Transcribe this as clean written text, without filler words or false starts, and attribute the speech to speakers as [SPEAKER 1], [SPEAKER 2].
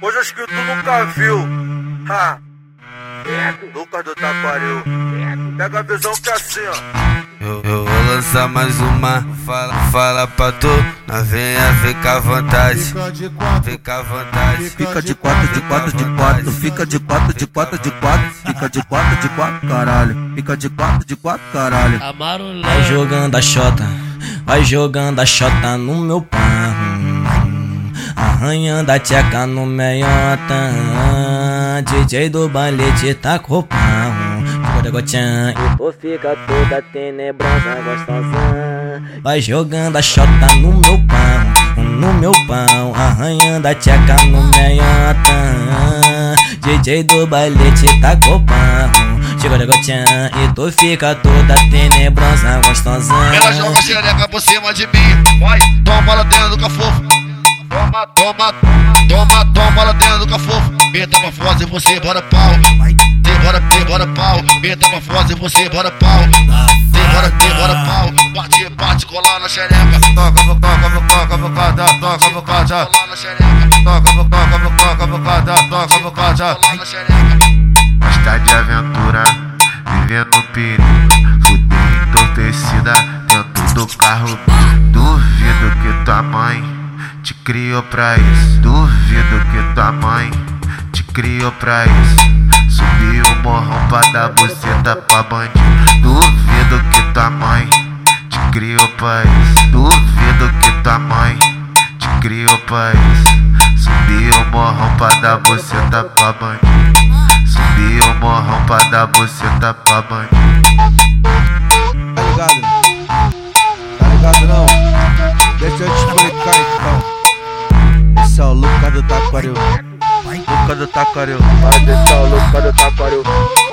[SPEAKER 1] Coisas que tu nunca viu. Ha. Lucas do Taquaril. Pega a visão que é assim, ó.
[SPEAKER 2] Eu vou lançar mais uma, fala pra tu, novinha, fica à vontade, fica à vontade.
[SPEAKER 3] Fica de quatro, de quatro, de quatro, fica de quatro, de quatro, de quatro, fica de quatro, de quatro, caralho, fica de quatro, caralho.
[SPEAKER 4] Vai jogando a xota, vai jogando a xota no meu pão, arranhando a tcheca no meiota, DJ do baile te taca o pão. E tu fica toda tenebrosa, gostosa. Vai jogando a xota no meu pão, arranhando a tcheca no meiota. DJ do baile te taca o pão. Chega de gotinha e tu fica toda tenebrosa, gostosa.
[SPEAKER 5] Ela joga a xereca por cima de mim. Vai, toma ela dentro do cafofo. Toma ela dentro do cafofo. Metamorfose, você bora pau. Bora pau, metamorfose, você bora pau. Bora pau, bate, colar na xereca.
[SPEAKER 1] Toca bocada, toca bocada.
[SPEAKER 5] Colar na xereca.
[SPEAKER 1] Toca bocada.
[SPEAKER 5] Colar na xereca.
[SPEAKER 6] Gosta de aventura, vivendo perigo. Fudeu entorpecida dentro do carro. Duvido que tua mãe te criou pra isso. Duvido que tua mãe te criou pra isso. Subi o morrão pra dar buceta pra bandido. Duvido que tua mãe te criou pra isso. Duvido que tua mãe te criou pra isso. Subi o morrão pra dar buceta pra bandido. Subi o morrão pra dar buceta pra bandido.
[SPEAKER 3] Tá ligado? Tá ligado não? Deixa eu te explicar então. Esse é o Lucas do Taquaril. Lucas do Taquaril.
[SPEAKER 1] Vai deixar o Lucas do Taquaril.